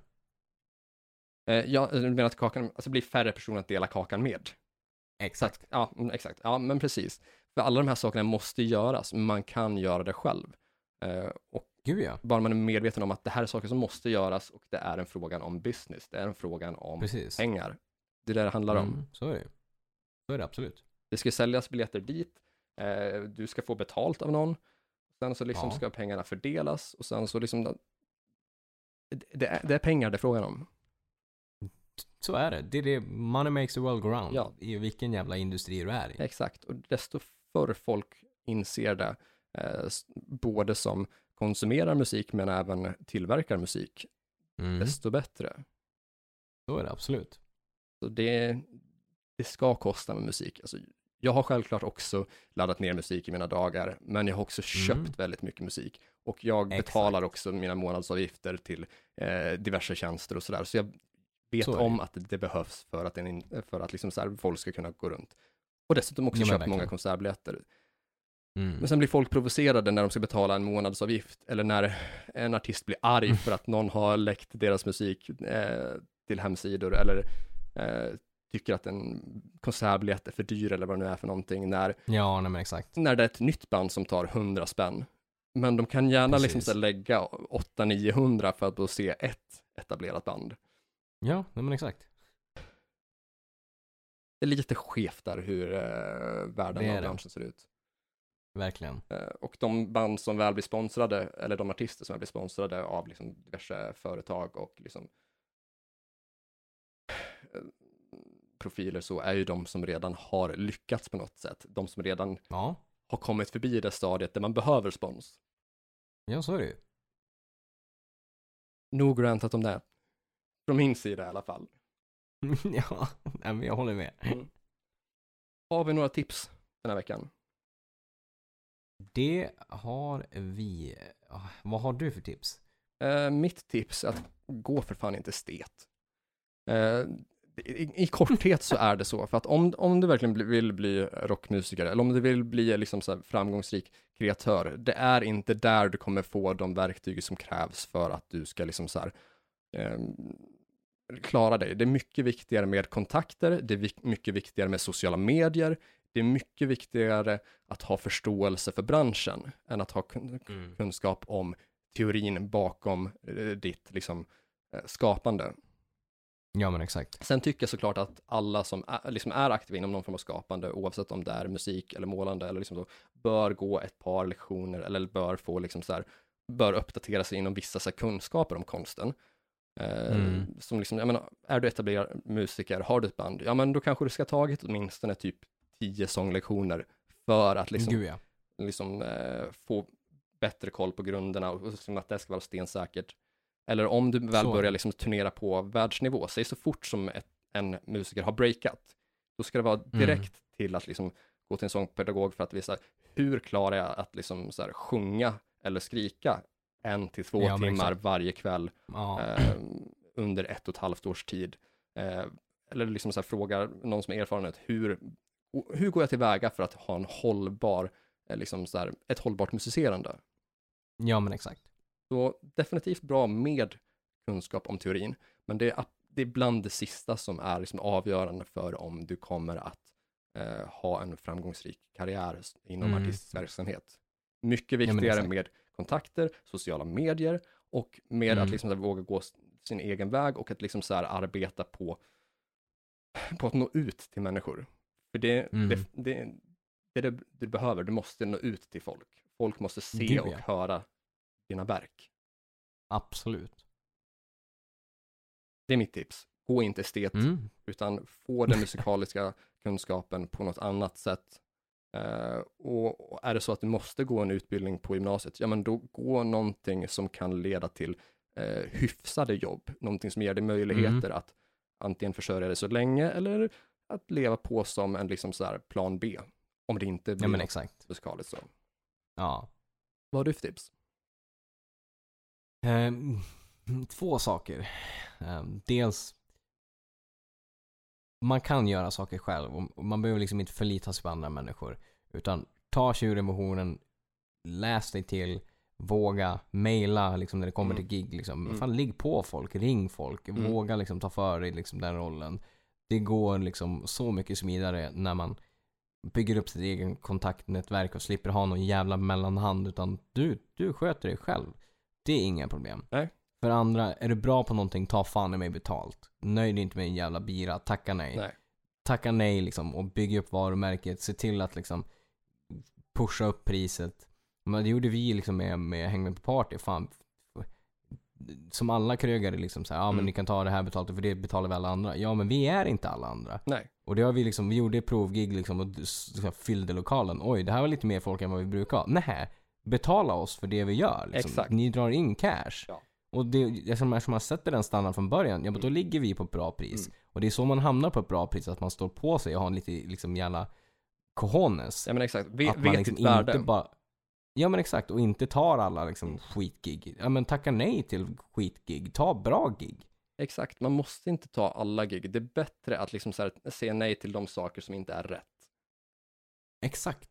Eh, ja, du menar att kakan, alltså blir färre personer att dela kakan med? Exakt. Ja, mm, exakt. Ja, men precis. För alla de här sakerna måste göras, men man kan göra det själv. Eh, och Gud ja. bara man är medveten om att det här är saker som måste göras och det är en frågan om business, det är en frågan om Precis. pengar. Det är det det handlar om. Mm, så är det ju. Så är det absolut. Det ska säljas biljetter dit, eh, du ska få betalt av någon, sen så liksom Ja. ska pengarna fördelas och sen så liksom det, det, är, det är pengar det är frågan om. Så är det. Det är det. Money makes the world go round. Ja. I vilken jävla industri du är i. Exakt, och desto förr folk inser det, eh, s- både som konsumerar musik men även tillverkar musik, Mm. desto bättre. Så är det absolut. Så det, det ska kosta med musik. Alltså, jag har självklart också laddat ner musik i mina dagar, men jag har också köpt Mm. väldigt mycket musik. Och jag Exakt. betalar också mina månadsavgifter till eh, diverse tjänster och sådär. Så jag vet Så är det. om att det behövs för att, en, för att liksom så här, folk ska kunna gå runt. Och dessutom också Ja, men köpt verkligen. många konsertbiljetter. Mm. Men sen blir folk provocerade när de ska betala en månadsavgift eller när en artist blir arg för att någon har läckt deras musik eh, till hemsidor eller eh, tycker att en konsertbiljett är för dyr eller vad det nu är för någonting när, Ja, nej men exakt. när det är ett nytt band som tar hundra spänn. Men de kan gärna liksom Precis. så här lägga åtta niohundra för att då se ett etablerat band. Ja, nej men exakt. Det är lite skevt där hur eh, världen Det är av det. branschen ser ut. Verkligen. Eh, Och de band som väl blir sponsrade, eller de artister som väl blir sponsrade av liksom diverse företag och liksom eh, profiler så är ju de som redan har lyckats på något sätt. De som redan Ja, har kommit förbi det stadiet där man behöver spons. ja så är det ju. Nog rantat om det. Från min sida i alla fall. Ja, nej, men jag håller med. Mm. Har vi några tips den här veckan? Det har vi. Ah, vad har du för tips? Eh, mitt tips är att gå för fan inte estet. Eh, i, I korthet så är det så, för att om, om du verkligen bli, vill bli rockmusiker, eller om du vill bli liksom så här framgångsrik kreatör, det är inte där du kommer få de verktyg som krävs för att du ska liksom så här, eh, klara dig. det är mycket viktigare med kontakter, det är vik- mycket viktigare med sociala medier, det är mycket viktigare att ha förståelse för branschen än att ha kun- Mm. kunskap om teorin bakom eh, ditt liksom, eh, skapande. Ja, men exakt. Sen tycker jag såklart att alla som är, liksom är aktiva inom någon form av skapande, oavsett om det är musik eller målande eller liksom så, bör gå ett par lektioner eller bör få liksom så här, bör uppdatera sig inom vissa så här, kunskaper om konsten. Eh, Mm. Som liksom, jag menar, är du etablerad musiker, har du ett band, ja men då kanske du ska ha tagit åtminstone typ tio sånglektioner för att liksom, Gud, ja. liksom eh, få bättre koll på grunderna och liksom att det ska vara stensäkert. Eller om du väl Så. börjar liksom turnera på världsnivå, säg så fort som ett, en musiker har breakat, då ska det vara direkt mm. till att liksom gå till en sångpedagog för att visa hur klarar jag att liksom så här sjunga eller skrika en till två Ja, timmar exakt. varje kväll Ja. eh, under ett och ett halvt års tid. Eh, eller liksom så här frågar någon som är erfarenhet, hur, hur går jag tillväga för att ha en hållbar, eh, liksom så här, ett hållbart musicerande? Ja, men exakt. Så definitivt bra med kunskap om teorin, men det är, det är bland det sista som är liksom avgörande för om du kommer att eh, ha en framgångsrik karriär inom Mm. artistverksamhet. Mycket viktigare Ja, med kontakter, sociala medier och med Mm. att liksom våga gå sin egen väg och att liksom så här arbeta på, på att nå ut till människor. För det, Mm. det, det, det, det du behöver, du måste nå ut till folk. Folk måste se Gud, och ja. höra dina verk. Absolut. Det är mitt tips. Gå inte estet, Mm. utan få den musikaliska kunskapen på något annat sätt. Uh, och, och är det så att du måste gå en utbildning på gymnasiet, ja men då gå någonting som kan leda till uh, hyfsade jobb. Någonting som ger dig möjligheter Mm. att antingen försörja dig så länge eller att leva på som en liksom så här plan B. Om det inte blir Ja, men exakt. musikaliskt så. Ja. Vad har du för tips? Um, två saker. Um, dels, man kan göra saker själv och man behöver liksom inte förlita sig på andra människor. Utan ta tjurrevolutionen, läs dig till, våga, mejla liksom när det kommer Mm. till gig. Liksom. Mm. Fan, ligg på folk, ring folk, Mm. våga liksom ta för dig liksom den rollen. Det går liksom så mycket smidigare när man bygger upp sitt egen kontaktnätverk och slipper ha någon jävla mellanhand, utan du, du sköter dig själv. Det är inga problem. Nej. För andra, är du bra på någonting, ta fan i mig betalt. Nöj dig inte med en jävla bira, tacka nej. Nej. Tacka nej liksom och bygga upp varumärket, se till att liksom pusha upp priset. Men det gjorde vi liksom med, med Häng med på party, fan. Som alla krögare liksom så här, ja men Mm. ni kan ta det här betalt för det betalar vi alla andra. Ja men vi är inte alla andra. Nej. Och det har vi liksom, vi gjorde provgig liksom och liksom fyllde lokalen. Oj, det här var lite mer folk än vad vi brukar ha. Nej, betala oss för det vi gör. Liksom. Exakt. Ni drar in cash. Ja. Och det, eftersom man sätter den standard från början, ja men då Mm. ligger vi på ett bra pris. Mm. Och det är så man hamnar på ett bra pris, att man står på sig och har en lite liksom jävla cojones. Ja men exakt, Ve- att man vet liksom ditt värde. inte bara... Ja men exakt, och inte tar alla liksom skitgig. Ja men tacka nej till skitgig, ta bra gig. Exakt, man måste inte ta alla gig. Det är bättre att liksom så här, säga nej till de saker som inte är rätt. Exakt.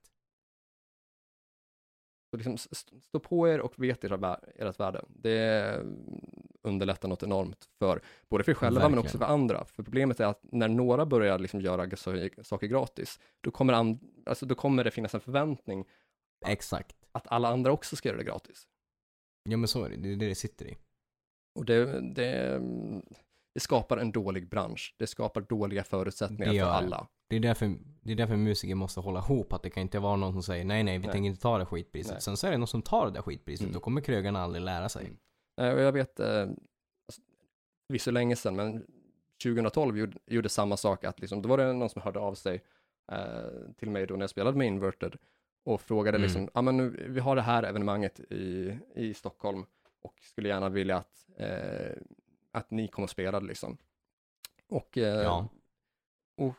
Så liksom st- stå på er och vet ert, vär- ert värde. Det underlättar något enormt för både för er själva Verkligen. men också för andra. För problemet är att när några börjar liksom göra g- saker gratis, då kommer, and- alltså då kommer det finnas en förväntning Exakt. att alla andra också ska göra det gratis. Ja men så är det, det är det det sitter i. Och det, det, det skapar en dålig bransch. Det skapar dåliga förutsättningar Det för gör det. alla. Det är, därför, det är därför musiker måste hålla ihop. Att det kan inte vara någon som säger nej nej vi Nej. tänker inte ta det skitpriset. Nej. Sen så är det någon som tar det där skitpriset. Mm. Då kommer krögarna aldrig lära sig. Mm. Eh, och jag vet, eh, alltså, det var så länge sedan, men tjugohundratolv gjorde, gjorde samma sak. Att liksom, då var det någon som hörde av sig eh, till mig då när jag spelade med Inverted och frågade Mm. liksom, ja men nu, vi har det här evenemanget i, i Stockholm och skulle gärna vilja att, eh, att ni kommer och spelade liksom. Och, eh, Ja. och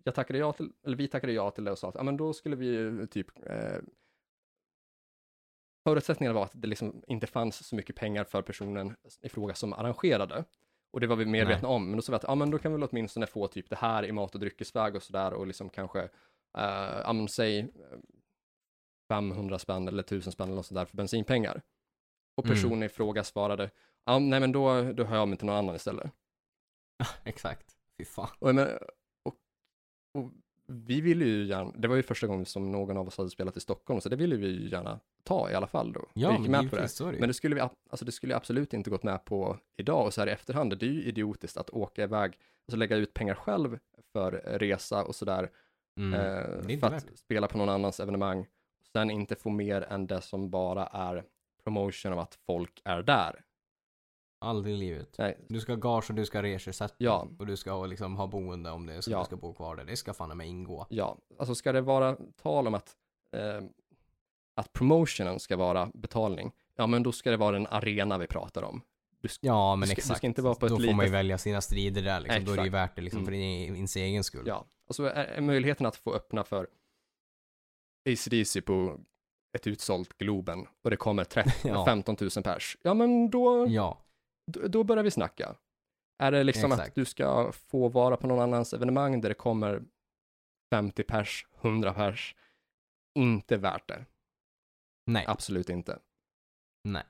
jag tackade ja till, eller vi tackade ja till det och sa att ja, men då skulle vi ju typ eh, förutsättningarna var att det liksom inte fanns så mycket pengar för personen i fråga som arrangerade. Och det var vi medvetna om. Men då sa vi att ja, men då kan vi väl åtminstone få typ det här i mat- och dryckesväg och sådär. Och liksom kanske, eh, ja men säg femhundra spänn eller tusen spänn eller något sådär för bensinpengar. Och personen mm. i fråga svarade, ja nej men då, då hör jag mig till någon annan istället. Exakt, fy fan. Och, men, och, och vi ville ju gärna, det var ju första gången som någon av oss hade spelat i Stockholm, så det ville vi ju gärna ta i alla fall då. Ja, vi gick men med på det. Sorry. Men det skulle vi, alltså det skulle jag absolut inte gått med på idag, och så här i efterhand, det är ju idiotiskt att åka iväg, alltså lägga ut pengar själv för resa och sådär, mm. eh, för att spela på någon annans evenemang, och sen inte få mer än det som bara är promotion av att folk är där. Aldrig i livet. Nej. Du ska ha gage och du ska ha reseersättning. Ja. Och du ska liksom ha boende om det är så ja. du ska bo kvar där. Det ska fan med ingå. Ja, alltså ska det vara tal om att eh, att promotionen ska vara betalning, ja men då ska det vara en arena vi pratar om. Du ska, ja, men du ska, exakt. Du ska inte vara på då ett får litet... man ju välja sina strider där liksom. Då är det ju Exakt. värt det liksom, mm. för din, sin egen skull. Ja, alltså är, är möjligheten att få öppna för A C D C på ett utsålt Globen och det kommer tretton ja. femton tusen pers. Ja, men då, ja. då, då börjar vi snacka. Är det liksom Exakt. att du ska få vara på någon annans evenemang där det kommer femtio pers, hundra pers, inte värt det. Nej. Absolut inte. Nej.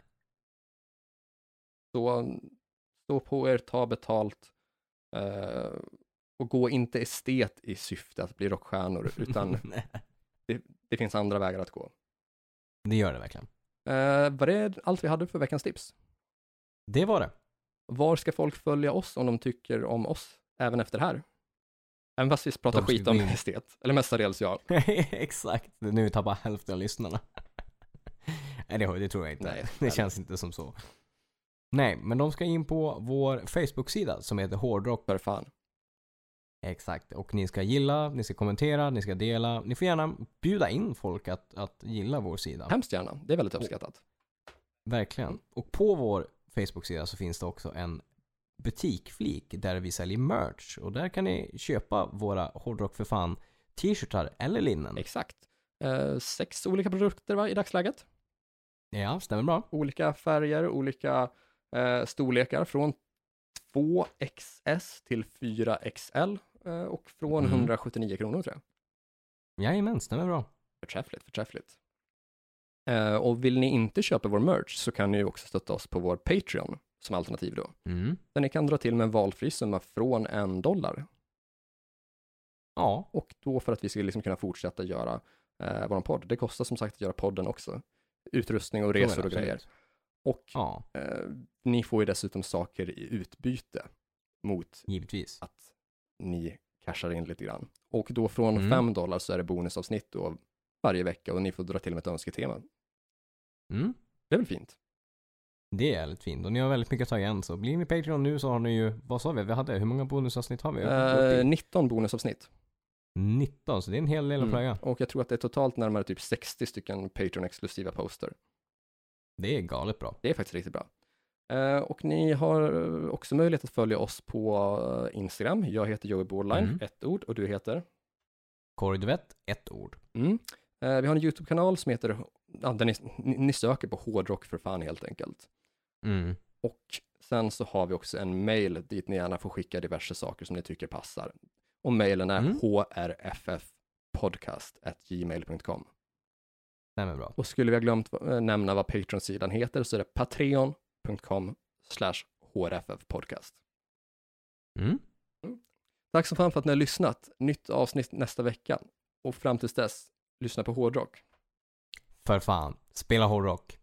Så stå på er, ta betalt uh, och gå inte estet i syfte att bli rockstjärnor, utan det, det finns andra vägar att gå. Det gör det verkligen. Uh, var det allt vi hade för veckans tips? Det var det. Var ska folk följa oss om de tycker om oss även efter det här? Även fast vi pratar skit om estet. Eller mestadels jag. Exakt. Nu tappar hälften av lyssnarna. Nej, det, det tror jag inte. Nej, det känns inte som så. Nej, men de ska in på vår Facebook-sida som heter Hårdrock. För fan. Exakt. Och ni ska gilla, ni ska kommentera, ni ska dela. Ni får gärna bjuda in folk att, att gilla vår sida. Hemskt gärna. Det är väldigt uppskattat. Verkligen. Och på vår Facebook-sida så finns det också en butikflik där vi säljer merch. Och där kan ni köpa våra Hårdrock för fan t-shirtar eller linnen. Exakt. Eh, sex olika produkter va, i dagsläget. Ja, stämmer bra. Olika färger, olika eh, storlekar från två X S till fyra X L eh, och från mm. hundrasjuttionio kronor tror jag. Jajamän, stämmer bra. Förträffligt, förträffligt. Eh, och vill ni inte köpa vår merch så kan ni ju också stötta oss på vår Patreon som alternativ då. Mm. Där ni kan dra till med en valfri summa från en dollar. Ja. Och då för att vi ska liksom kunna fortsätta göra eh, vår podd. Det kostar som sagt att göra podden också. Utrustning och resor och grejer. Och ja. eh, ni får ju dessutom saker i utbyte mot givetvis att ni cashar in lite grann. Och då från mm. fem dollar så är det bonusavsnitt då varje vecka och ni får dra till med ett önsketema. Mm. Det är väl fint? Det är väldigt fint och ni har väldigt mycket att ta igen, så blir ni Patreon nu så har ni ju, vad sa vi, vi hade, hur många bonusavsnitt har vi? Eh, nitton bonusavsnitt. nitton, så det är en hel del att mm. plöja. Och jag tror att det är totalt närmare typ sextio stycken Patreon-exklusiva poster. Det är galet bra. Det är faktiskt riktigt bra. Uh, och ni har också möjlighet att följa oss på Instagram. Jag heter Joey Borderline, mm. ett ord, och du heter? Corey Duvett, ett ord. Mm. Uh, vi har en YouTube-kanal som heter, ja, där ni, ni, ni söker på hårdrock för fan helt enkelt. Mm. Och sen så har vi också en mail dit ni gärna får skicka diverse saker som ni tycker passar. Och mailen är mm. h r f f podcast at gmail dot com. Stämmer bra. Och skulle vi ha glömt nämna vad Patreon-sidan heter så är det patreon dot com slash h r f f podcast. Mm. Mm. Tack så fan för att ni har lyssnat. Nytt avsnitt nästa vecka. Och fram tills dess, lyssna på hårdrock. För fan, spela hårdrock.